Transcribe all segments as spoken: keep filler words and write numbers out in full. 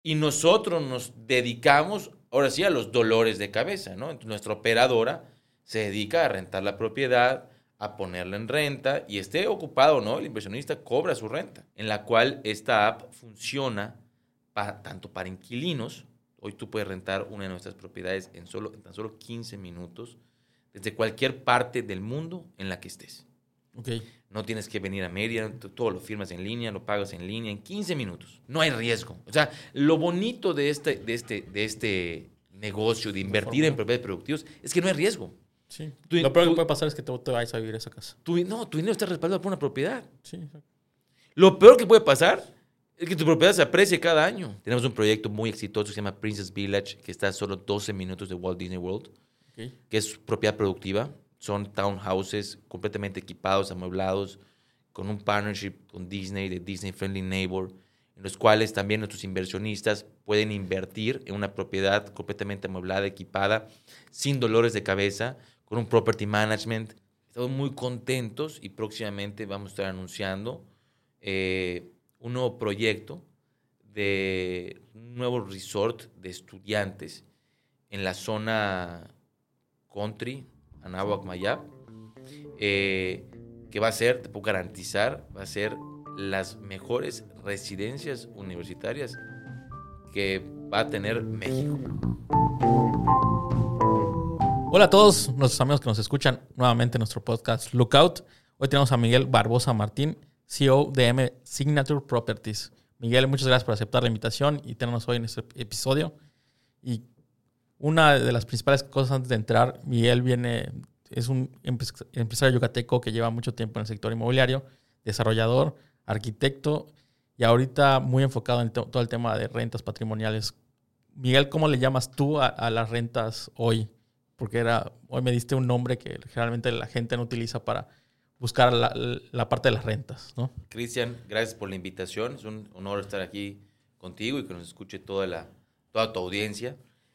Y nosotros nos dedicamos, ahora sí, a los dolores de cabeza, ¿no? Entonces, nuestra operadora se dedica a rentar la propiedad, a ponerla en renta, y esté ocupado o no, el inversionista cobra su renta, en la cual esta app funciona para, tanto para inquilinos. Hoy tú puedes rentar una de nuestras propiedades en, solo, en tan solo quince minutos, desde cualquier parte del mundo en la que estés. Okay. No tienes que venir a Mérida, todo lo firmas en línea, lo pagas en línea, en quince minutos. No hay riesgo. O sea, lo bonito de este, de este, de este negocio, de invertir en propiedades productivas, es que no hay riesgo. Sí. Tú, lo peor tú, que puede pasar es que te, te vayas a vivir a esa casa. Tú, no, tu dinero está respaldado por una propiedad. Sí, exacto. Lo peor que puede pasar es que tu propiedad se aprecie cada año. Tenemos un proyecto muy exitoso que se llama Princess Village, que está a solo doce minutos de Walt Disney World, okay. que es propiedad productiva. Son townhouses completamente equipados, amueblados, con un partnership con Disney, de Disney Friendly Neighbor, en los cuales también nuestros inversionistas pueden invertir en una propiedad completamente amueblada, equipada, sin dolores de cabeza, con un property management. Estamos muy contentos y próximamente vamos a estar anunciando eh, un nuevo proyecto de un nuevo resort de estudiantes en la zona country, Anáhuac, Mayab, eh, que va a ser, te puedo garantizar, va a ser las mejores residencias universitarias que va a tener México. Hola a todos nuestros amigos que nos escuchan nuevamente en nuestro podcast Lookout. Hoy tenemos a Miguel Barbosa Martín, C E O de M Signature Properties. Miguel, muchas gracias por aceptar la invitación y tenernos hoy en este episodio. Y una de las principales cosas antes de entrar, Miguel viene, es un empresario yucateco que lleva mucho tiempo en el sector inmobiliario, desarrollador, arquitecto y ahorita muy enfocado en to- todo el tema de rentas patrimoniales. Miguel, ¿cómo le llamas tú a, a las rentas hoy? Porque era, hoy me diste un nombre que generalmente la gente no utiliza para buscar la, la parte de las rentas, ¿no? Cristian, gracias por la invitación. Es un honor estar aquí contigo y que nos escuche toda, la, toda tu audiencia.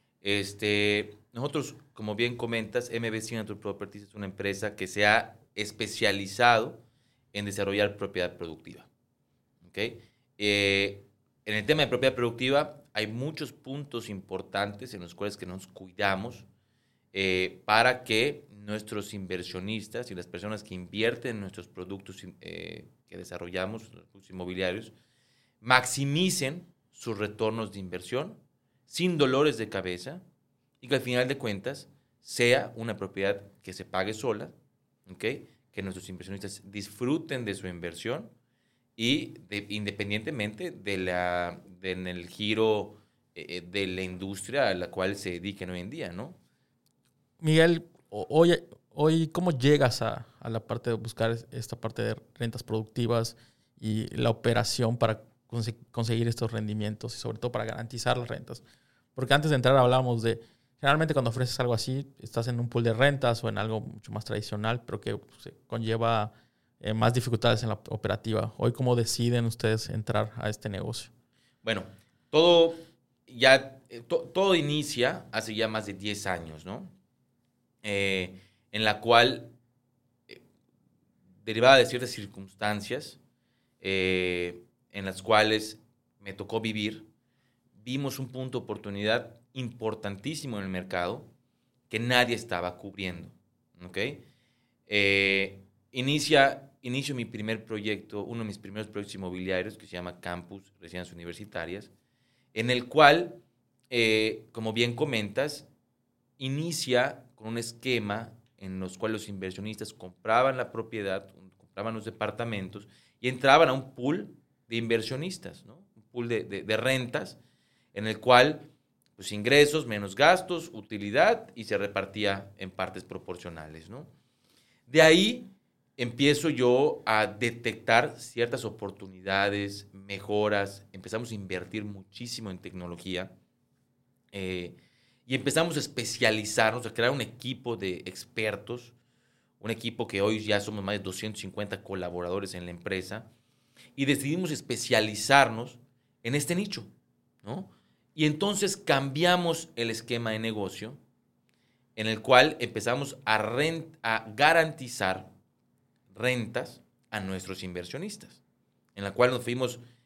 Este, nosotros, como bien comentas, M B Signature Properties es una empresa que se ha especializado en desarrollar propiedad productiva. ¿Okay? Eh, en el tema de propiedad productiva hay muchos puntos importantes en los cuales que nos cuidamos eh, para que nuestros inversionistas y las personas que invierten en nuestros productos eh, que desarrollamos, los productos inmobiliarios, maximicen sus retornos de inversión sin dolores de cabeza y que al final de cuentas sea una propiedad que se pague sola, ¿okay? Que nuestros inversionistas disfruten de su inversión y de, independientemente de la, de, en el giro eh, de la industria a la cual se dediquen hoy en día, ¿no? Miguel, hoy, hoy ¿cómo llegas a, a la parte de buscar esta parte de rentas productivas y la operación para conse- conseguir estos rendimientos y sobre todo para garantizar las rentas? Porque antes de entrar hablábamos de, generalmente cuando ofreces algo así, estás en un pool de rentas o en algo mucho más tradicional, pero que pues, conlleva eh, más dificultades en la operativa. Hoy, ¿cómo deciden ustedes entrar a este negocio? Bueno, todo ya, to, todo inicia hace ya más de diez años, ¿no? Eh, en la cual, eh, derivada de ciertas circunstancias eh, en las cuales me tocó vivir, vimos un punto de oportunidad importantísimo en el mercado que nadie estaba cubriendo. ¿Okay? Eh, inicia, inicio mi primer proyecto, uno de mis primeros proyectos inmobiliarios que se llama Campus Residencias Universitarias, en el cual, eh, como bien comentas, inicia con un esquema en los cuales los inversionistas compraban la propiedad, compraban los departamentos y entraban a un pool de inversionistas, ¿no? Un pool de, de, de rentas en el cual pues, ingresos menos gastos, utilidad y se repartía en partes proporcionales, ¿no? De ahí empiezo yo a detectar ciertas oportunidades, mejoras, empezamos a invertir muchísimo en tecnología, eh, y empezamos a especializarnos, a crear un equipo de expertos, un equipo que hoy ya somos más de doscientos cincuenta colaboradores en la empresa, y decidimos especializarnos en este nicho, ¿no? Y entonces cambiamos el esquema de negocio, en el cual empezamos a, rent, a garantizar rentas a nuestros inversionistas, en la cual nos fuimos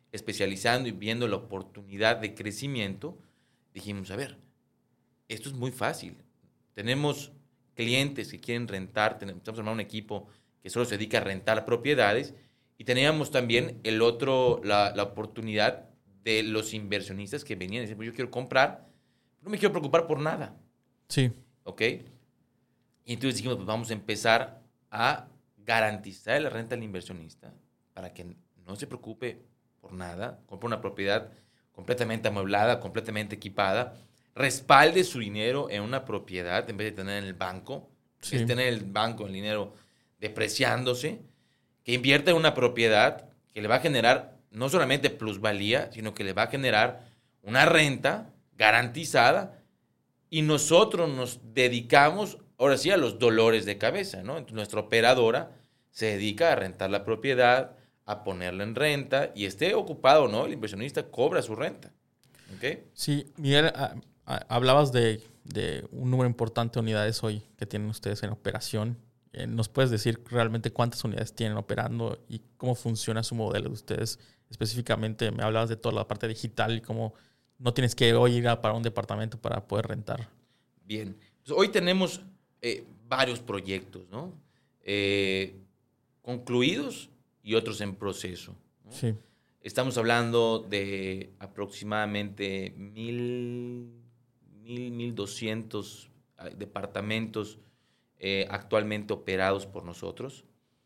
especializando y viendo la oportunidad de crecimiento, dijimos, a ver, esto es muy fácil. Tenemos clientes que quieren rentar, tenemos, estamos armando un equipo que solo se dedica a rentar propiedades y teníamos también el otro, la, la oportunidad de los inversionistas que venían y decían, pues yo quiero comprar, no me quiero preocupar por nada. Sí. ¿Ok? Y entonces dijimos, pues vamos a empezar a garantizar la renta al inversionista para que no se preocupe por nada, compre una propiedad completamente amueblada, completamente equipada, respalde su dinero en una propiedad en vez de tener en el banco, Sí. es tener el banco el dinero depreciándose, que invierta en una propiedad que le va a generar no solamente plusvalía, sino que le va a generar una renta garantizada y nosotros nos dedicamos ahora sí a los dolores de cabeza, ¿no? Entonces, nuestra operadora se dedica a rentar la propiedad, a ponerla en renta y esté ocupado o no, el inversionista cobra su renta. ¿Ok? Sí, Miguel, a, a, hablabas de, de un número importante de unidades hoy que tienen ustedes en operación. Eh, ¿Nos puedes decir realmente cuántas unidades tienen operando y cómo funciona su modelo de ustedes? Específicamente me hablabas de toda la parte digital y cómo no tienes que hoy ir a para un departamento para poder rentar. Bien. Pues hoy tenemos eh, varios proyectos, ¿no? Eh, concluidos y otros en proceso, ¿no? Sí. Estamos hablando de aproximadamente mil, mil, mil doscientos departamentos eh, actualmente operados por nosotros.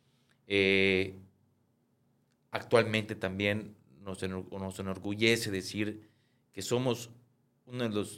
Eh, actualmente también nos, enor- nos enorgullece decir que somos uno de los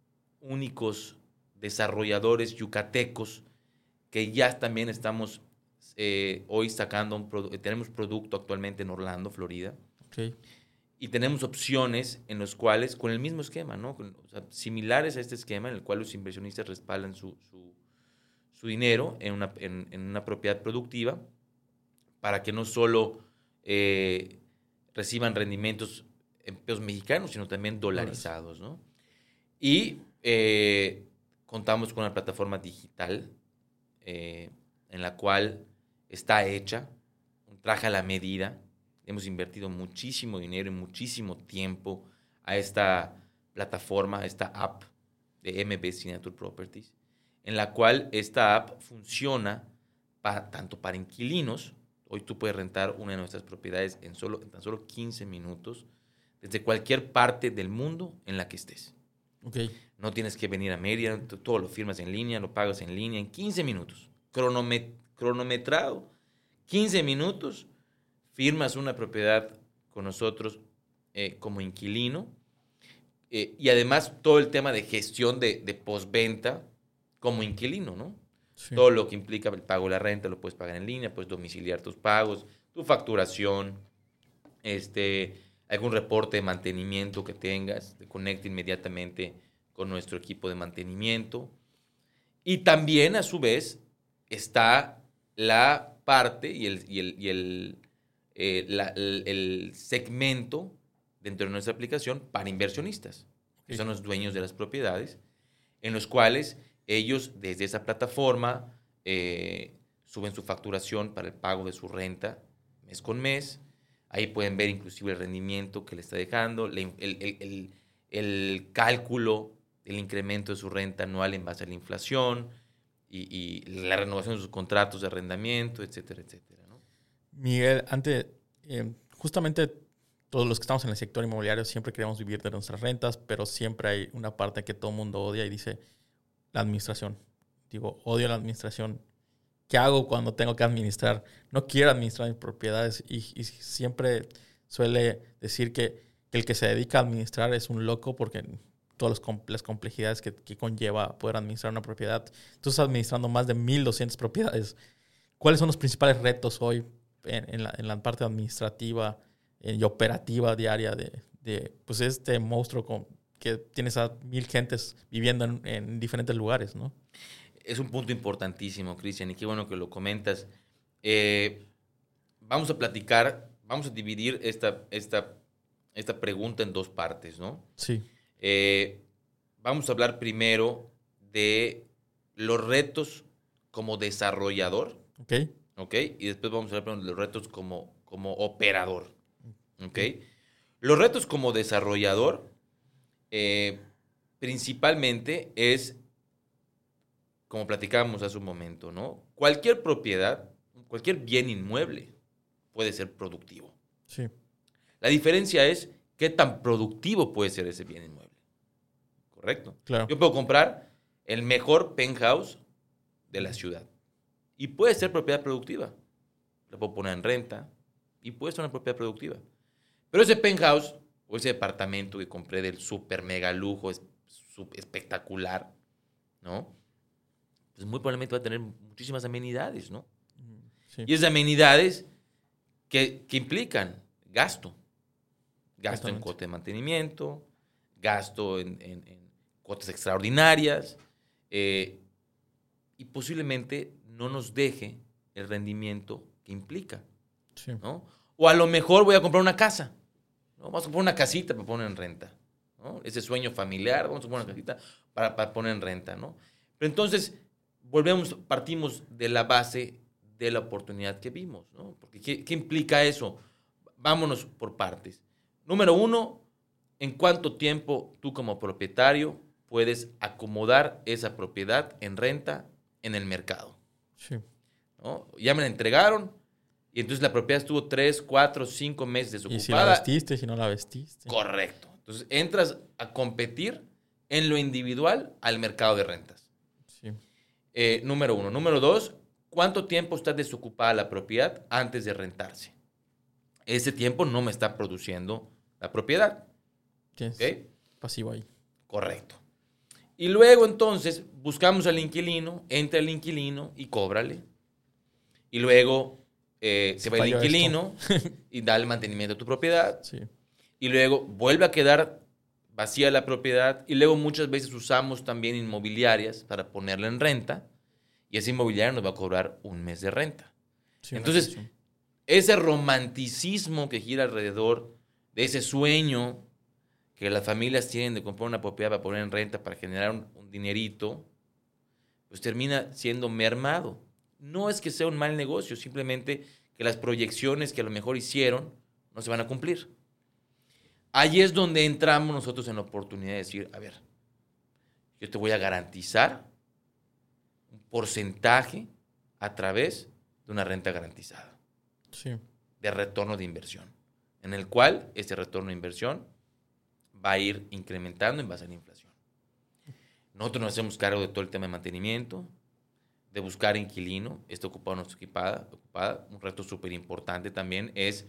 únicos desarrolladores yucatecos que ya también estamos eh, hoy sacando, un produ- tenemos producto actualmente en Orlando, Florida. Okay. Y tenemos opciones en los cuales, con el mismo esquema, ¿no? Con, o sea, similares a este esquema en el cual los inversionistas respaldan su, su, su dinero en una, en, en una propiedad productiva para que no solo eh, reciban rendimientos en pesos mexicanos, sino también dolarizados, ¿no? Y eh, contamos con una plataforma digital eh, en la cual está hecha, un traje a la medida. Hemos invertido muchísimo dinero y muchísimo tiempo a esta plataforma, a esta app de M B Signature Properties, en la cual esta app funciona para, tanto para inquilinos. Hoy tú puedes rentar una de nuestras propiedades en, solo, en tan solo quince minutos, desde cualquier parte del mundo en la que estés. Okay. No tienes que venir a Mérida, tú, todo lo firmas en línea, lo pagas en línea en quince minutos. Cronomet- cronometrado, quince minutos, firmas una propiedad con nosotros eh, como inquilino eh, y además todo el tema de gestión de, de postventa como inquilino, ¿no? Sí. Todo lo que implica el pago de la renta lo puedes pagar en línea, puedes domiciliar tus pagos, tu facturación, este, algún reporte de mantenimiento que tengas, te conecta inmediatamente con nuestro equipo de mantenimiento. Y también, a su vez, está la parte y el, y el, y el, eh, la, el, el segmento dentro de nuestra aplicación para inversionistas, que sí. son los dueños de las propiedades, en los cuales ellos, desde esa plataforma, eh, suben su facturación para el pago de su renta mes con mes. Ahí pueden ver inclusive el rendimiento que le está dejando, el, el, el, el cálculo del incremento de su renta anual en base a la inflación y, y la renovación de sus contratos de arrendamiento, etcétera, etcétera, ¿no? Miguel, antes, eh, justamente todos los que estamos en el sector inmobiliario siempre queremos vivir de nuestras rentas, pero siempre hay una parte que todo el mundo odia y dice la administración. Digo, odio la administración. ¿Qué hago cuando tengo que administrar? No quiero administrar mis propiedades y, y siempre suele decir que, que el que se dedica a administrar es un loco porque todas las, las complejidades que, que conlleva poder administrar una propiedad. Tú estás administrando más de mil doscientas propiedades. ¿Cuáles son los principales retos hoy en, en, la, en la parte administrativa y operativa diaria de, de pues este monstruo con, que tienes a mil gentes viviendo en, en diferentes lugares, ¿no? Es un punto importantísimo, Cristian, y qué bueno que lo comentas. Eh, vamos a platicar, vamos a dividir esta, esta, esta pregunta en dos partes, ¿no? Sí. Eh, vamos a hablar primero de los retos como desarrollador, Ok. ¿ok? Y después vamos a hablar de los retos como, como operador, ¿ok? Los retos como desarrollador, eh, principalmente es, como platicábamos hace un momento, ¿no? Cualquier propiedad, cualquier bien inmueble puede ser productivo. Sí. La diferencia es qué tan productivo puede ser ese bien inmueble. ¿Correcto? Claro. Yo puedo comprar el mejor penthouse de la ciudad y puede ser propiedad productiva. La puedo poner en renta y puede ser una propiedad productiva. Pero ese penthouse o ese departamento que compré del super mega lujo es, espectacular, ¿no? Pues muy probablemente va a tener muchísimas amenidades, ¿no? Sí. Y esas amenidades que, que implican gasto. Gasto en cuota de mantenimiento, gasto en, en, en cuotas extraordinarias, eh, y posiblemente no nos deje el rendimiento que implica, sí. ¿no? O a lo mejor voy a comprar una casa, ¿no? Vamos a comprar una casita para poner en renta, ¿no? Ese sueño familiar, vamos a poner una casita para, para poner en renta, ¿no? Pero entonces, volvemos, partimos de la base de la oportunidad que vimos, ¿no? Porque ¿qué, qué implica eso? Vámonos por partes. Número uno, ¿en cuánto tiempo tú como propietario puedes acomodar esa propiedad en renta en el mercado? Sí. ¿No? Ya me la entregaron y entonces la propiedad estuvo tres, cuatro, cinco meses desocupada. Y si la vestiste, si no la vestiste. Correcto. Entonces entras a competir en lo individual al mercado de rentas. Sí. Eh, número uno. Número dos, ¿cuánto tiempo está desocupada la propiedad antes de rentarse? Ese tiempo no me está produciendo la propiedad. Tienes ¿Okay? pasivo ahí. Correcto. Y luego entonces buscamos al inquilino, entra el inquilino y cóbrale. Y luego eh, se va el inquilino y da el mantenimiento a tu propiedad. Sí. Y luego vuelve a quedar vacía la propiedad. Y luego muchas veces usamos también inmobiliarias para ponerla en renta. Y esa inmobiliaria nos va a cobrar un mes de renta. Sí, entonces, ese romanticismo que gira alrededor de ese sueño que las familias tienen de comprar una propiedad para poner en renta para generar un, un dinerito, pues termina siendo mermado. No es que sea un mal negocio, simplemente que las proyecciones que a lo mejor hicieron no se van a cumplir. Ahí es donde entramos nosotros en la oportunidad de decir, a ver, yo te voy a garantizar un porcentaje a través de una renta garantizada. Sí. De retorno de inversión, en el cual este retorno de inversión va a ir incrementando en base a la inflación. Nosotros nos hacemos cargo de todo el tema de mantenimiento, de buscar inquilino, está ocupado nuestra equipada, ocupada. Un reto súper importante también es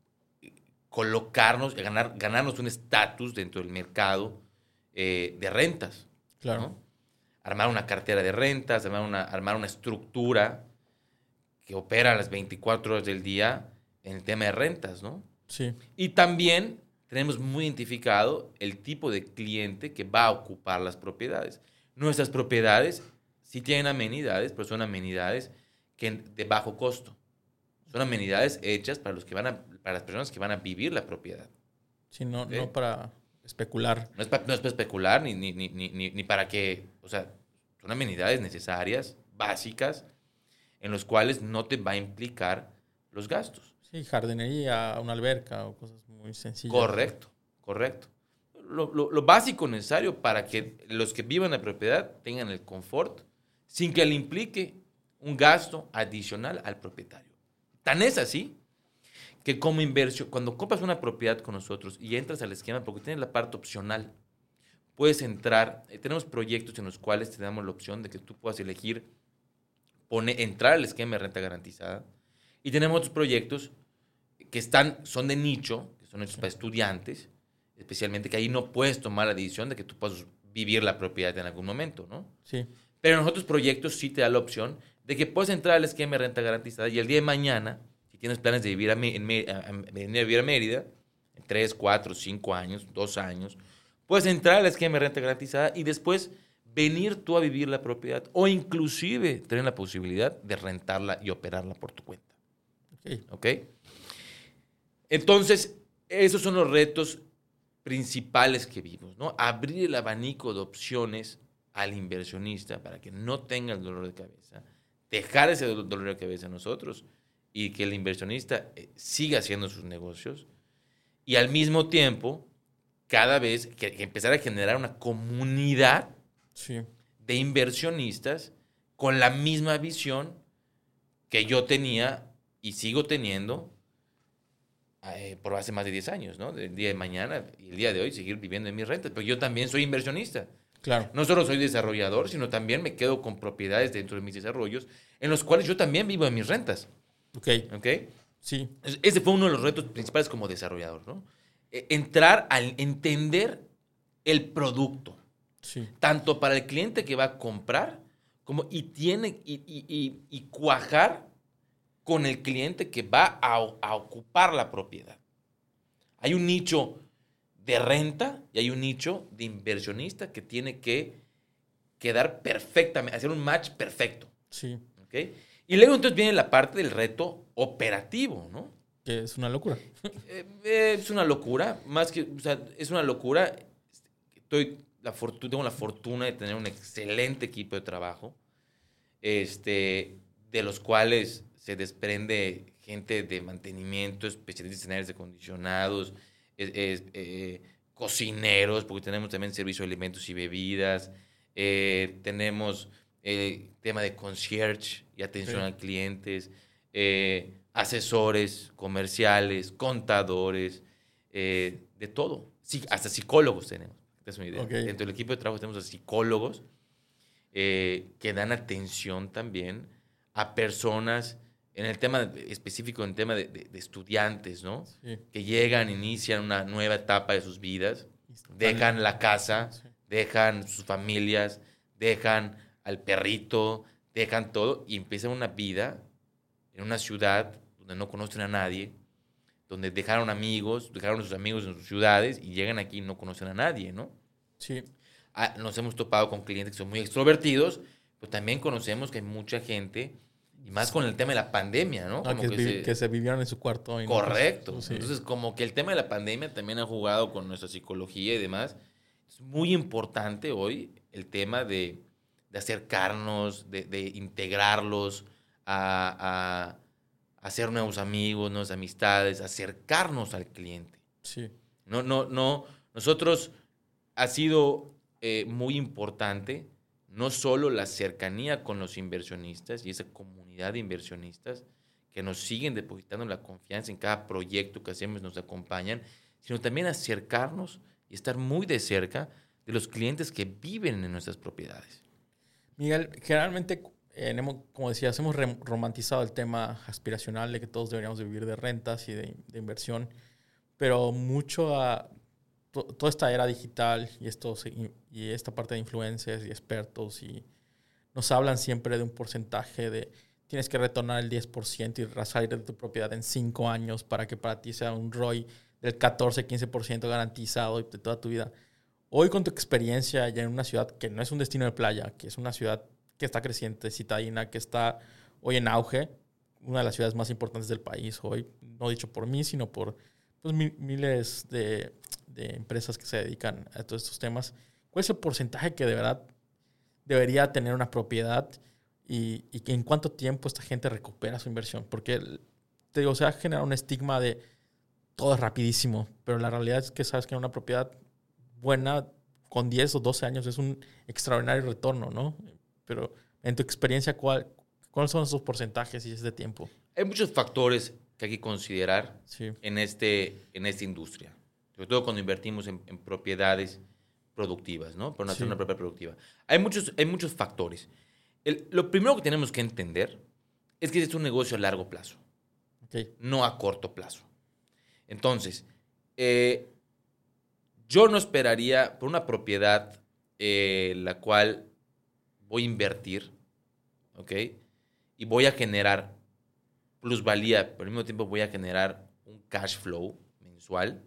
colocarnos, ganar, ganarnos un estatus dentro del mercado eh, de rentas. Claro. ¿No? Armar una cartera de rentas, armar una, armar una estructura que opera las veinticuatro horas del día en el tema de rentas, ¿no? Sí. Y también tenemos muy identificado el tipo de cliente que va a ocupar las propiedades. Nuestras propiedades sí tienen amenidades, pero son amenidades que de bajo costo. Son amenidades hechas para, los que van a, para las personas que van a vivir la propiedad. Sí, no, ¿Okay? no para especular. No es para, no es para especular ni, ni, ni, ni, ni para que... O sea, son amenidades necesarias, básicas, en los cuales no te va a implicar los gastos. Sí, jardinería, una alberca o cosas muy sencillas. Correcto, correcto. Lo, lo, lo básico necesario para que los que vivan la propiedad tengan el confort sin que le implique un gasto adicional al propietario. Tan es así que como inversión, cuando compras una propiedad con nosotros y entras al esquema, porque tienes la parte opcional, puedes entrar, eh, tenemos proyectos en los cuales te damos la opción de que tú puedas elegir pone, entrar al esquema de renta garantizada, y tenemos otros proyectos que están, son de nicho, que son hechos para estudiantes, especialmente que ahí no puedes tomar la decisión de que tú puedas vivir la propiedad en algún momento, ¿no? Sí. Pero en otros proyectos sí te da la opción de que puedes entrar al esquema de renta garantizada y el día de mañana, si tienes planes de vivir a, en, a, a, venir a vivir a Mérida, en tres, cuatro, cinco años, dos años, puedes entrar al esquema de renta garantizada y después venir tú a vivir la propiedad o inclusive tener la posibilidad de rentarla y operarla por tu cuenta. Okay. ¿Ok? Entonces, esos son los retos principales que vimos, ¿no? Abrir el abanico de opciones al inversionista para que no tenga el dolor de cabeza, dejar ese dolor de cabeza a nosotros y que el inversionista siga haciendo sus negocios y al mismo tiempo, cada vez que, que empezar a generar una comunidad Sí. de inversionistas con la misma visión que yo tenía y sigo teniendo eh, por hace más de diez años, ¿no? El día de mañana y el día de hoy seguir viviendo en mis rentas, pero yo también soy inversionista. Claro. No solo soy desarrollador, sino también me quedo con propiedades dentro de mis desarrollos en los cuales yo también vivo en mis rentas. Ok. ¿Ok? Sí. Ese fue uno de los retos principales como desarrollador, ¿no? Eh, Entrar a entender el producto, Sí. tanto para el cliente que va a comprar, como y tiene y, y, y, y cuajar con el cliente que va a, a ocupar la propiedad. Hay un nicho de renta y hay un nicho de inversionista que tiene que quedar perfectamente, hacer un match perfecto. Sí. ¿Ok? Y luego entonces viene la parte del reto operativo, ¿no? Que es una locura. Eh, eh, es una locura, más que, o sea, es una locura. Estoy, la fortuna, tengo la fortuna de tener un excelente equipo de trabajo, este, de los cuales se desprende gente de mantenimiento, especialistas en aires acondicionados, es, es, eh, cocineros, porque tenemos también servicio de alimentos y bebidas, eh, tenemos eh, tema de concierge y atención Sí. a clientes, eh, asesores comerciales, contadores, eh, de todo. Sí, hasta psicólogos tenemos, te das una idea. Ok. Dentro del equipo de trabajo tenemos a psicólogos eh, que dan atención también a personas en el tema específico, en el tema de, de, de estudiantes, ¿no? Sí. Que llegan, inician una nueva etapa de sus vidas, Están- dejan la casa, Sí. dejan sus familias, dejan al perrito, dejan todo y empiezan una vida en una ciudad donde no conocen a nadie, donde dejaron amigos, dejaron a sus amigos en sus ciudades y llegan aquí y no conocen a nadie, ¿no? Sí. Ah, nos hemos topado con clientes que son muy extrovertidos, pero también conocemos que hay mucha gente, y más con el tema de la pandemia, ¿no? Ah, Como que, que vi- se- que se vivieron en su cuarto. Y no- Correcto. Sí. Entonces, como que el tema de la pandemia también ha jugado con nuestra psicología y demás. Es muy importante hoy el tema de, de acercarnos, de, de integrarlos, a, a, a hacer nuevos amigos, nuevas amistades, acercarnos al cliente. Sí. No, no, no. Nosotros ha sido eh, muy importante no solo la cercanía con los inversionistas y esa comunidad de inversionistas que nos siguen depositando la confianza en cada proyecto que hacemos, nos acompañan, sino también acercarnos y estar muy de cerca de los clientes que viven en nuestras propiedades. Miguel, generalmente, eh, hemos- como decías, hemos re- romantizado el tema aspiracional de que todos deberíamos de vivir de rentas y de, de inversión, pero mucho a to- toda esta era digital y, estos, y, y esta parte de influencers y expertos y nos hablan siempre de un porcentaje de tienes que retornar el diez por ciento y salir de tu propiedad en cinco años para que para ti sea un R O I del catorce quince por ciento garantizado de toda tu vida. Hoy con tu experiencia ya en una ciudad que no es un destino de playa, que es una ciudad que está creciente, citadina, que está hoy en auge, una de las ciudades más importantes del país hoy, no dicho por mí, sino por pues, mi- miles de, de empresas que se dedican a todos estos temas. ¿Cuál es el porcentaje que de verdad debería tener una propiedad y, y en cuánto tiempo esta gente recupera su inversión? Porque, te digo, se ha generado un estigma de todo es rapidísimo, pero la realidad es que sabes que una propiedad buena con diez o doce años es un extraordinario retorno, ¿no? Pero en tu experiencia, ¿cuál, ¿cuáles son esos porcentajes y ese tiempo? Hay muchos factores que hay que considerar Sí, en, este, en esta industria, sobre todo cuando invertimos en, en propiedades productivas, ¿no? Para hacer Sí. una propiedad productiva. Hay muchos, hay muchos factores. El- lo primero que tenemos que entender es que es un negocio a largo plazo, ok, no a corto plazo. Entonces, eh, yo no esperaría por una propiedad eh, la cual voy a invertir, ¿ok? Y voy a generar plusvalía, pero al mismo tiempo voy a generar un cash flow mensual.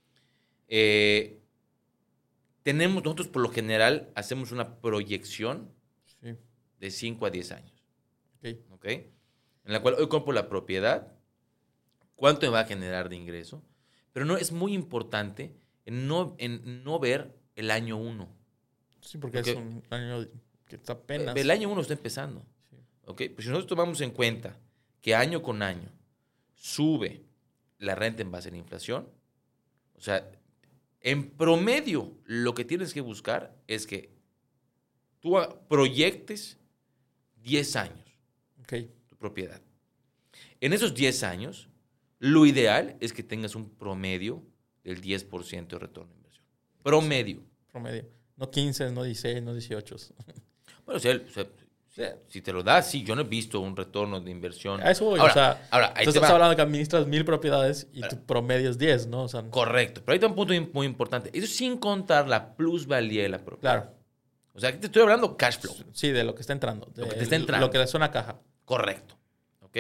Eh, tenemos, nosotros por lo general hacemos una proyección sí, de cinco a diez años, ok, ¿ok? En la cual hoy compro la propiedad, cuánto me va a generar de ingreso, pero no es muy importante en no, en no ver el año uno. sí, porque Porque es un año que está apenas. el año uno está empezando, Sí, ¿ok? Pues si nosotros tomamos en cuenta que año con año sube la renta en base a la inflación, O sea, en promedio, lo que tienes que buscar es que tú proyectes diez años okay. tu propiedad. En esos diez años, lo ideal es que tengas un promedio del diez por ciento de retorno de inversión. Promedio. Promedio. No quince, no dieciséis, no dieciocho. Bueno, o sea, o sea, si, si te lo das, sí, yo no he visto un retorno de inversión. A eso voy, ahora, o sea, ahora, ahí tú te estás va. hablando que administras mil propiedades y Ahora, tu promedio es diez, ¿no? O sea, correcto, pero ahí está un punto muy importante. Eso sin contar la plusvalía de la propiedad. claro. O sea, aquí te estoy hablando cash flow. Sí, de lo que está entrando. De Lo que te está entrando. Lo que le suena a caja. Correcto. ¿Ok?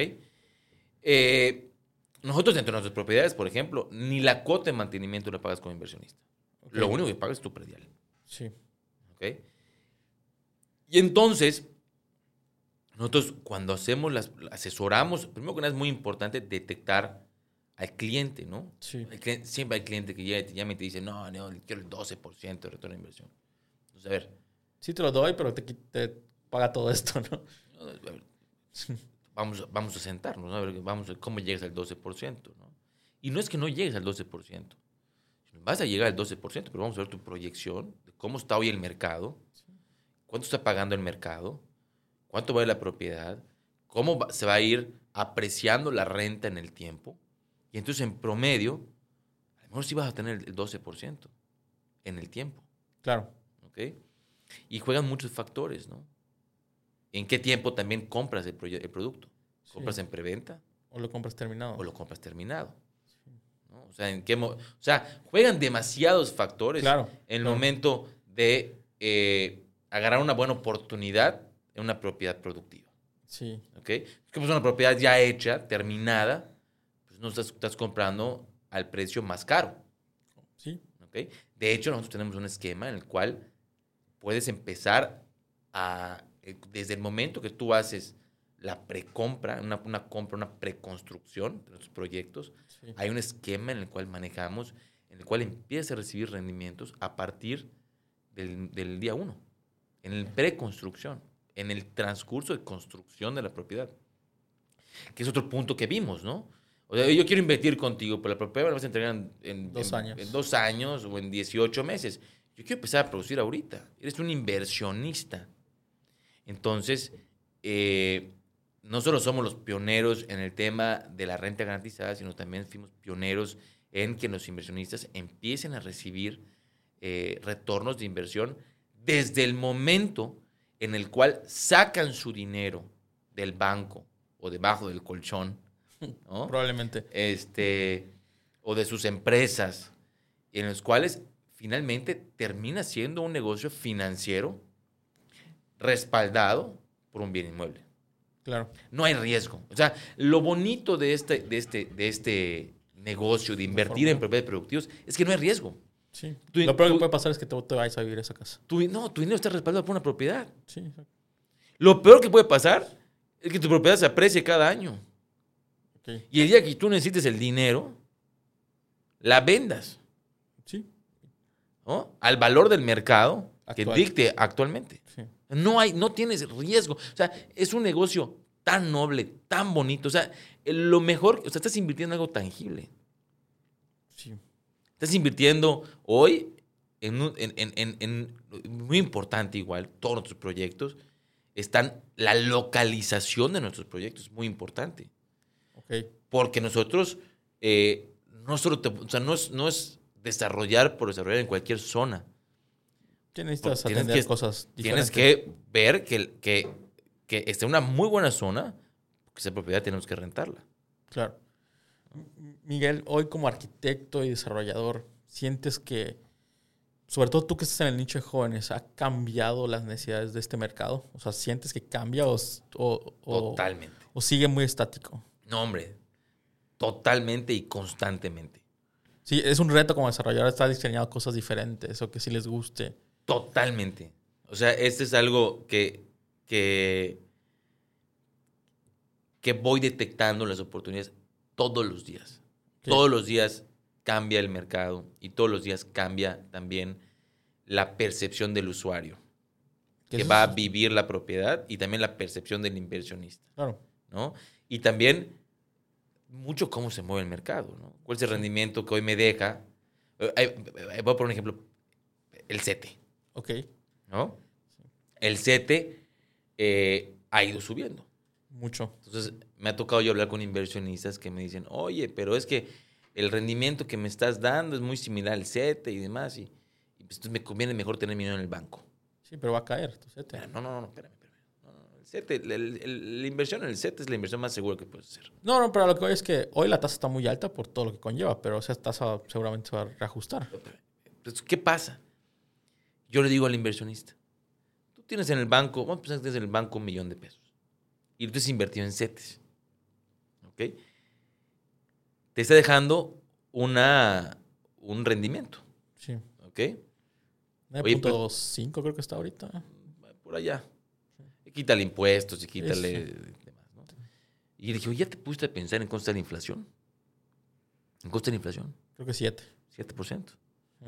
Eh, nosotros dentro de nuestras propiedades, por ejemplo, ni la cuota de mantenimiento la pagas como inversionista. Okay. Lo único que pagas es tu predial. Sí. ¿Ok? Y entonces, nosotros cuando hacemos las, asesoramos, primero que nada es muy importante detectar al cliente, ¿no? Sí. El cliente, siempre hay cliente que llega y te llama y te dice, no, no, quiero el doce por ciento de retorno de inversión. Entonces, a ver. Sí te lo doy, pero te, te paga todo esto, ¿no? A ver, vamos, vamos a sentarnos, ¿no? A ver, vamos a ver cómo llegas al doce por ciento, ¿no? Y no es que no llegues al doce por ciento. Vas a llegar al doce por ciento, pero vamos a ver tu proyección de cómo está hoy el mercado, cuánto está pagando el mercado, cuánto vale la propiedad, cómo va, se va a ir apreciando la renta en el tiempo. Y entonces, en promedio, a lo mejor sí vas a tener el doce por ciento en el tiempo. Claro. ¿Ok? Y juegan muchos factores, ¿no? ¿En qué tiempo también compras el, proye- el producto? ¿Compras sí. en preventa? ¿O lo compras terminado? O lo compras terminado. Sí. ¿No? O sea, ¿en qué mo- o sea, juegan demasiados factores claro, en el claro. momento de eh, agarrar una buena oportunidad en una propiedad productiva. Sí. ¿Ok? Es como es una propiedad ya hecha, terminada, pues no estás, estás comprando al precio más caro. Sí. ¿Ok? De hecho, nosotros tenemos un esquema en el cual puedes empezar a, desde el momento que tú haces la precompra, una, una compra, una preconstrucción de nuestros proyectos, sí. hay un esquema en el cual manejamos, en el cual empiezas a recibir rendimientos a partir del, del día uno, en el preconstrucción, en el transcurso de construcción de la propiedad. Que es otro punto que vimos, ¿no? O sea, yo quiero invertir contigo, pero la propiedad me la vas a entregar en, en, dos, en, años. en dos años o en dieciocho meses. Yo quiero empezar a producir ahorita. Eres un inversionista. Entonces, eh, no solo somos los pioneros en el tema de la renta garantizada, sino también fuimos pioneros en que los inversionistas empiecen a recibir eh, retornos de inversión desde el momento en el cual sacan su dinero del banco o debajo del colchón, ¿no? Probablemente. Este, o de sus empresas, en los cuales finalmente termina siendo un negocio financiero respaldado por un bien inmueble. Claro. No hay riesgo. O sea, lo bonito de este, de este, de este negocio, de invertir en propiedades productivas, es que no hay riesgo. Sí. Tú, lo peor tú, que puede pasar es que te, te vayas a vivir a esa casa. Tu, no, tu dinero está respaldado por una propiedad. Sí, exacto. Lo peor que puede pasar es que tu propiedad se aprecie cada año. Okay. Y el día que tú necesites el dinero, la vendas. Sí. ¿No? Al valor del mercado Actual. que dicte actualmente. Sí. No hay, no tienes riesgo. O sea, es un negocio tan noble, tan bonito. O sea, lo mejor, o sea, estás invirtiendo en algo tangible. Sí. Estás invirtiendo hoy en, un, en, en, en, en muy importante igual, todos nuestros proyectos están, la localización de nuestros proyectos es muy importante. Okay. Porque nosotros, eh, no, solo te, o sea, no, es, no es desarrollar por desarrollar en cualquier zona. Tienes que atender que, cosas Tienes diferentes. que ver que, que, que esté en una muy buena zona, porque esa propiedad tenemos que rentarla. Claro. Miguel, hoy como arquitecto y desarrollador, ¿sientes que, sobre todo tú que estás en el nicho de jóvenes, ha cambiado las necesidades de este mercado? O sea, ¿sientes que cambia o, o, Totalmente. o sigue muy estático? No, hombre. Totalmente y constantemente. Sí, es un reto como desarrollador estar diseñando cosas diferentes o que sí les guste. Totalmente. O sea, este es algo que, que, que voy detectando las oportunidades todos los días. ¿Qué? Todos los días cambia el mercado y todos los días cambia también la percepción del usuario que va a vivir la propiedad y también la percepción del inversionista. Claro. ¿No? Y también mucho cómo se mueve el mercado, ¿no? ¿Cuál es el rendimiento que hoy me deja Eh, Voy a poner un ejemplo. El CETE. Ok. ¿No? El CETE eh, ha ido subiendo. Mucho. Entonces, me ha tocado yo hablar con inversionistas que me dicen, oye, pero es que el rendimiento que me estás dando es muy similar al CETE y demás, y, y pues, entonces me conviene mejor tener mi dinero en el banco. Sí, pero va a caer tu CETE. Espera, no, no, no, espérame, espérame. No, no, el CETE, el, el, el, la inversión en el CETE es la inversión más segura que puedes hacer. No, no, pero lo que voy es que hoy la tasa está muy alta por todo lo que conlleva, pero esa tasa seguramente se va a reajustar. Entonces, ¿qué pasa? Yo le digo al inversionista, tú tienes en el banco, vamos a pensar que tienes en el banco un millón de pesos y tú te has invertido en CETES. ¿Ok? Te está dejando una, un rendimiento. Sí. ¿Ok? nueve punto cinco creo que está ahorita. Por allá. Sí. Quítale impuestos y quítale sí. demás, ¿no? Y le dije, oye, ¿ya te pusiste a pensar en cuánto está la inflación? ¿En cuánto está la inflación? Creo que siete. siete por ciento. Sí.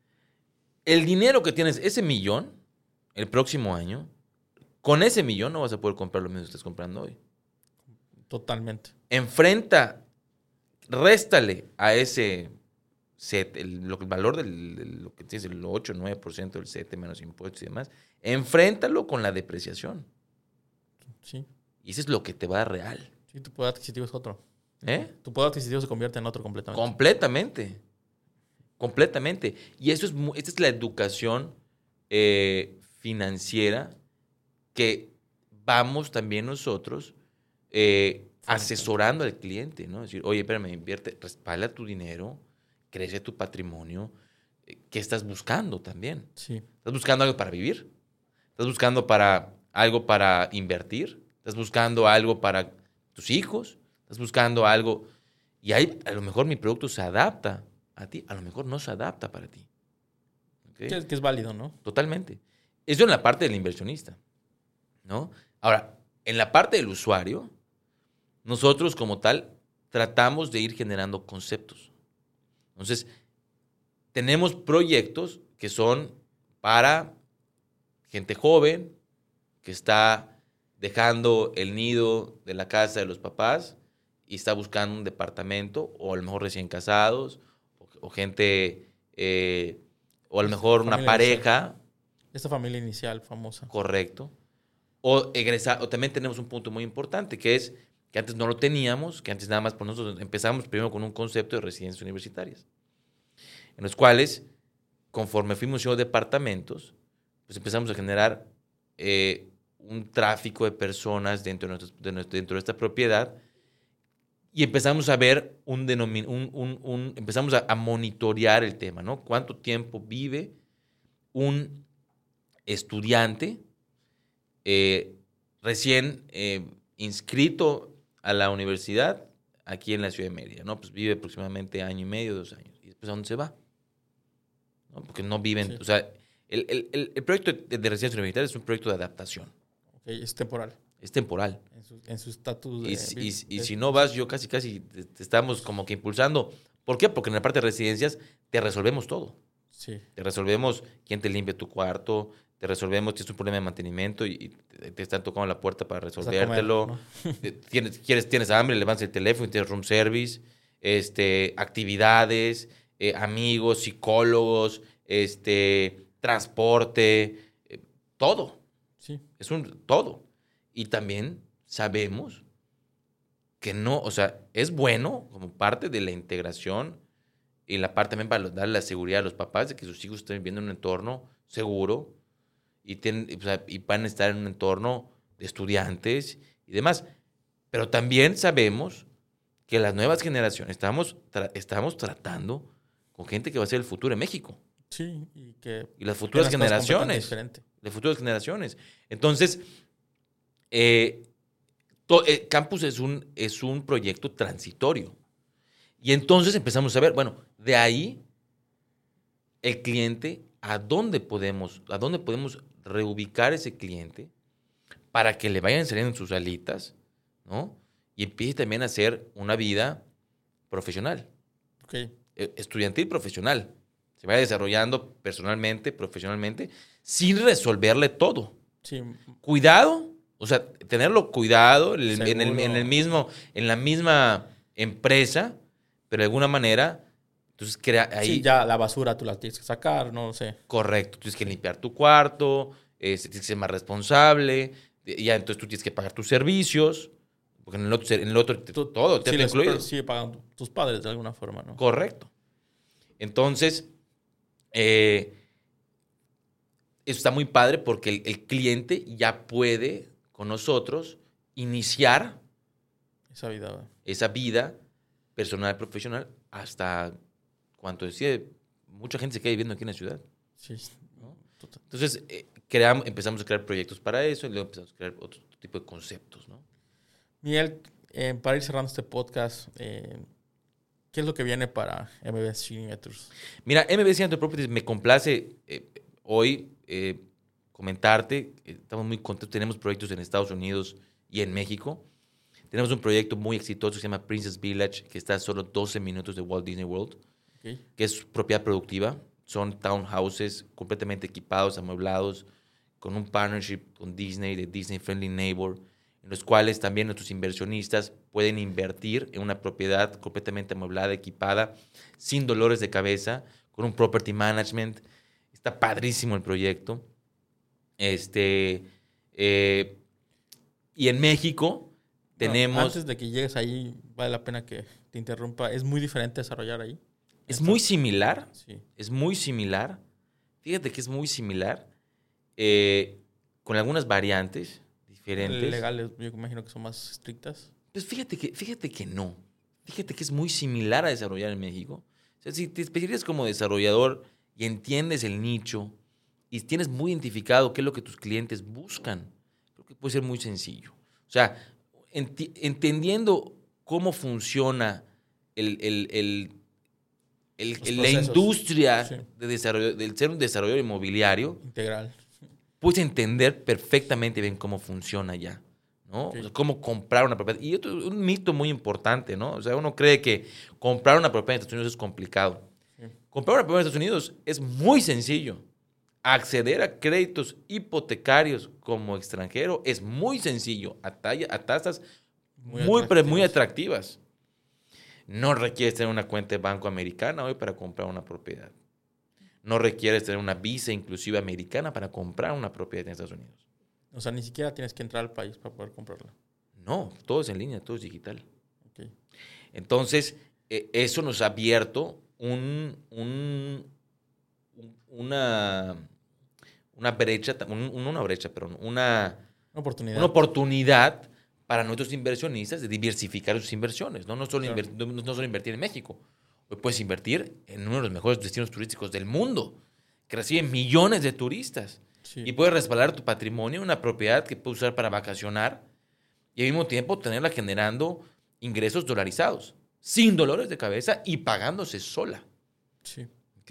El dinero que tienes, ese millón, el próximo año, con ese millón no vas a poder comprar lo mismo que estás comprando hoy. Totalmente. Enfrenta, réstale a ese CETE, el, el valor del, del lo que tienes, el ocho o nueve por ciento del CETE menos impuestos y demás, enfréntalo con la depreciación. Sí. Y eso es lo que te va a dar real. Sí, tu poder adquisitivo es otro. ¿Eh? Tu poder adquisitivo se convierte en otro completamente. Completamente. Completamente. Y eso es, esta es la educación eh, financiera que vamos también nosotros eh, asesorando al cliente, ¿no? Es decir, oye, espérame, invierte, respalda tu dinero, crece tu patrimonio. ¿Qué estás buscando también? Sí. ¿Estás buscando algo para vivir? ¿Estás buscando para algo para invertir? ¿Estás buscando algo para tus hijos? ¿Estás buscando algo? Y ahí a lo mejor mi producto se adapta a ti, a lo mejor no se adapta para ti. ¿Okay? Que, que es válido, ¿no? Totalmente. Eso en la parte del inversionista, ¿no? Ahora, en la parte del usuario, nosotros como tal tratamos de ir generando conceptos. Entonces, tenemos proyectos que son para gente joven que está dejando el nido de la casa de los papás y está buscando un departamento, o a lo mejor recién casados, o, o gente, eh, o a lo mejor una pareja. Inicial. Esta familia inicial famosa. Correcto. O, egresar, o también tenemos un punto muy importante, que es que antes no lo teníamos, que antes nada más por nosotros empezamos primero con un concepto de residencias universitarias, en los cuales, conforme fuimos haciendo departamentos, pues empezamos a generar eh, un tráfico de personas dentro de, nuestro, de nuestro, dentro de esta propiedad y empezamos a ver un denomin, un, un, un empezamos a, a monitorear el tema, ¿no? ¿Cuánto tiempo vive un estudiante eh, recién eh, inscrito a la universidad aquí en la ciudad de Mérida, ¿no? Pues vive aproximadamente año y medio, dos años. ¿Y después a dónde se va? ¿No? Porque no viven, sí. O sea, el, el, el proyecto de, de residencia universitaria es un proyecto de adaptación. Okay, es temporal. Es temporal. En su estatus. Y, y, y, y si no vas, yo casi, casi te, te estamos como que impulsando. ¿Por qué? Porque en la parte de residencias te resolvemos todo. Sí. Te resolvemos quién te limpia tu cuarto, te resolvemos si tienes un problema de mantenimiento y, y te, te están tocando la puerta para resolvértelo. Comer, ¿no? tienes, quieres, tienes hambre, levantas el teléfono y tienes room service, este, actividades, eh, amigos, psicólogos, este, transporte, eh, todo. Sí. Es un todo. Y también sabemos que no, o sea, es bueno como parte de la integración y la parte también para darle la seguridad a los papás de que sus hijos estén viviendo en un entorno seguro y, tienen, o sea, y van a estar en un entorno de estudiantes y demás. Pero también sabemos que las nuevas generaciones, estamos, tra- estamos tratando con gente que va a ser el futuro de México. Sí, y que... Y las futuras generaciones. Las futuras generaciones. Entonces, eh, to, eh, Campus es un, es un proyecto transitorio. Y entonces empezamos a ver, bueno, de ahí el cliente, ¿a dónde podemos, a dónde podemos reubicar ese cliente para que le vayan saliendo en sus alitas, ¿no? Y empiece también a hacer una vida profesional. Okay. Estudiantil profesional. Se vaya desarrollando personalmente, profesionalmente, sin resolverle todo. Sí. Cuidado, o sea, tenerlo cuidado en el, en, el, en el mismo, en la misma empresa, pero de alguna manera Entonces, crea ahí... Sí, ya la basura tú la tienes que sacar, no sé. Correcto. Tienes que limpiar tu cuarto, eh, tienes que ser más responsable. Ya, entonces tú tienes que pagar tus servicios. Porque en el otro, en el otro Tú, todo te sí, está les- incluido. pero sí pagan tus padres de alguna forma, ¿no? Correcto. Entonces, eh, eso está muy padre porque el, el cliente ya puede con nosotros iniciar Esa vida, ¿verdad? esa vida personal, profesional, hasta cuanto decide. Mucha gente se queda viviendo aquí en la ciudad. Sí, ¿No? total. Entonces, eh, creamos, empezamos a crear proyectos para eso y luego empezamos a crear otro tipo de conceptos, ¿no? Miguel, eh, para ir cerrando este podcast, eh, ¿qué es lo que viene para M B S Signatures? Mira, M B S Signature Properties me complace eh, hoy eh, comentarte. eh, Estamos muy contentos. Tenemos proyectos en Estados Unidos y en México. Tenemos un proyecto muy exitoso que se llama Princess Village, que está a solo doce minutos de Walt Disney World, Okay. que es propiedad productiva. Son townhouses completamente equipados, amueblados, con un partnership con Disney, de Disney Friendly Neighbor, en los cuales también nuestros inversionistas pueden invertir en una propiedad completamente amueblada, equipada, sin dolores de cabeza, con un property management. Está padrísimo el proyecto. Este, eh, y en México tenemos... Bueno, antes de que llegues ahí, vale la pena que te interrumpa. ¿Es muy diferente desarrollar ahí? Es ¿Esto? muy similar, Sí. es muy similar. Fíjate que es muy similar, eh, con algunas variantes diferentes. Legales, yo imagino que son más estrictas. Pues fíjate que, fíjate que no. Fíjate que es muy similar a desarrollar en México. O sea, si te especializas como desarrollador y entiendes el nicho y tienes muy identificado qué es lo que tus clientes buscan, creo que puede ser muy sencillo. O sea, enti- entendiendo cómo funciona el, el, el, el- Los el- la procesos. industria Sí. de desarrollo, del ser un desarrollador inmobiliario, Integral. puedes entender perfectamente bien cómo funciona ya, ¿no? Sí. O sea, cómo comprar una propiedad. Y otro, un mito muy importante, ¿no? O sea, uno cree que comprar una propiedad en Estados Unidos es complicado. Sí. Comprar una propiedad en Estados Unidos es muy sencillo. Acceder a créditos hipotecarios como extranjero es muy sencillo, a, talla- a tasas Muy muy, muy, pero muy atractivas. atractivas. No requieres tener una cuenta de banco americana hoy para comprar una propiedad. No requieres tener una visa inclusive americana para comprar una propiedad en Estados Unidos. O sea, ni siquiera tienes que entrar al país para poder comprarla. No, todo es en línea, todo es digital. Okay. Entonces, eh, eso nos ha abierto un, un- un- una, una brecha, un- un- una brecha, perdón, una, Una oportunidad. una oportunidad para nuestros inversionistas de diversificar sus inversiones. No, no, solo, Claro. inver- no, no solo invertir en México. Hoy puedes invertir en uno de los mejores destinos turísticos del mundo, que recibe millones de turistas. Sí. Y puedes respaldar tu patrimonio en una propiedad que puedes usar para vacacionar y al mismo tiempo tenerla generando ingresos dolarizados, sin dolores de cabeza y pagándose sola. Sí. ¿Ok?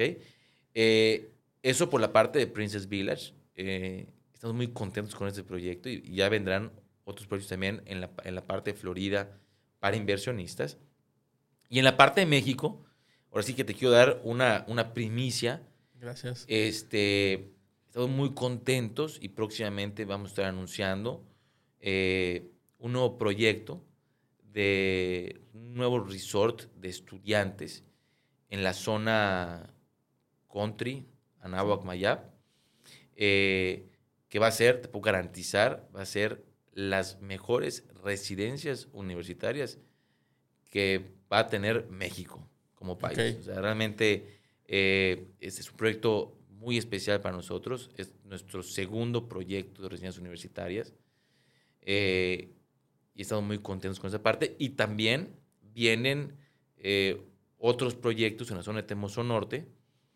Eh, eso por la parte de Princess Village. Eh, estamos muy contentos con este proyecto y, y ya vendrán otros proyectos también en la, en la parte de Florida para inversionistas. Y en la parte de México, ahora sí que te quiero dar una, una primicia. Gracias. Este, estamos muy contentos y próximamente vamos a estar anunciando eh, un nuevo proyecto de un nuevo resort de estudiantes en la zona country, Anáhuac, Mayab, eh, que va a ser, te puedo garantizar, va a ser las mejores residencias universitarias que va a tener México como país. Ok. O sea, realmente eh, este es un proyecto muy especial para nosotros. Es nuestro segundo proyecto de residencias universitarias. Eh, y estamos muy contentos con esa parte. Y también vienen eh, otros proyectos en la zona de Temozo Norte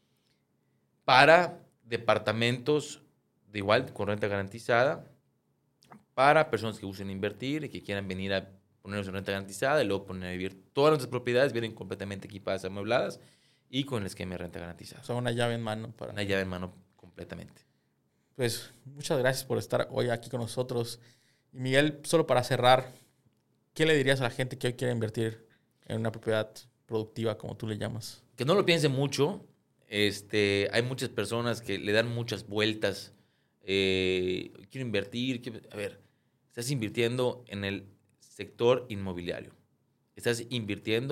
para departamentos de igual, con renta garantizada, para personas que gusten invertir y que quieran venir a ponernos en renta garantizada y luego poner a vivir. Todas nuestras propiedades vienen completamente equipadas, amuebladas y con el esquema de renta garantizada. O sea, una llave en mano para... Una llave en mano completamente. Pues muchas gracias por estar hoy aquí con nosotros. Y Miguel, solo para cerrar, ¿qué le dirías a la gente que hoy quiere invertir en una propiedad productiva, como tú le llamas? Que no lo piensen mucho. Este, hay muchas personas que le dan muchas vueltas. Eh, quiero invertir. Quiero... A ver, estás invirtiendo en el sector inmobiliario. Estás invirtiendo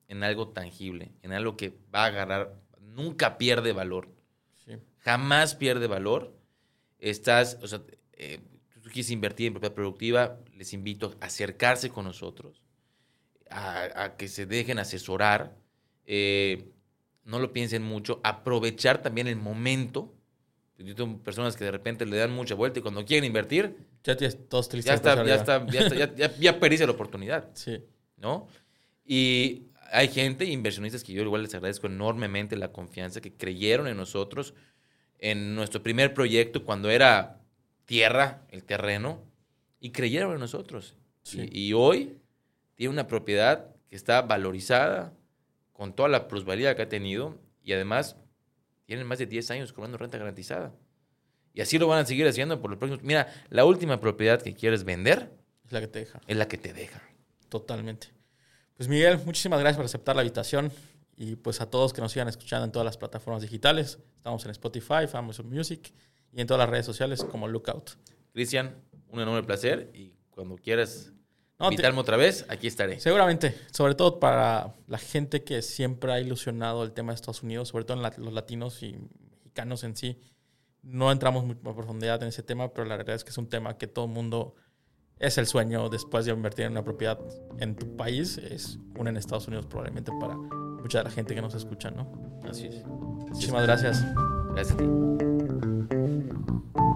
en algo tangible, en algo que va a agarrar, nunca pierde valor. Sí. Jamás pierde valor. Estás, o sea, eh, tú quieres invertir en propiedad productiva, les invito a acercarse con nosotros, a, a que se dejen asesorar, eh, no lo piensen mucho, aprovechar también el momento. Yo tengo personas que de repente le dan mucha vuelta y cuando quieren invertir, Ya tienes todos tristes. ya está, ya está, ya está, ya, ya, ya perdiste la oportunidad, Sí. ¿no? Y hay gente, inversionistas, que yo igual les agradezco enormemente la confianza, que creyeron en nosotros, en nuestro primer proyecto, cuando era tierra, el terreno, y creyeron en nosotros. Sí. Y, y hoy tiene una propiedad que está valorizada, con toda la plusvalía que ha tenido, y además tienen más de diez años cobrando renta garantizada. Y así lo van a seguir haciendo por los próximos. Mira, la última propiedad que quieres vender Es la que te deja. es la que te deja. Totalmente. Pues Miguel, muchísimas gracias por aceptar la invitación. Y pues a todos que nos sigan escuchando en todas las plataformas digitales. Estamos en Spotify, Amazon Music y en todas las redes sociales como Lookout. Cristian, un enorme placer. Y cuando quieras No, invitarme te, otra vez, aquí estaré. Seguramente. Sobre todo para la gente que siempre ha ilusionado el tema de Estados Unidos, sobre todo en la, los latinos y mexicanos en sí. No entramos muy a profundidad en ese tema, pero la verdad es que es un tema que todo el mundo es el sueño después de invertir en una propiedad en tu país. Es una en Estados Unidos probablemente para mucha de la gente que nos escucha, ¿no? Así es. Así Muchísimas es. gracias. Gracias a ti.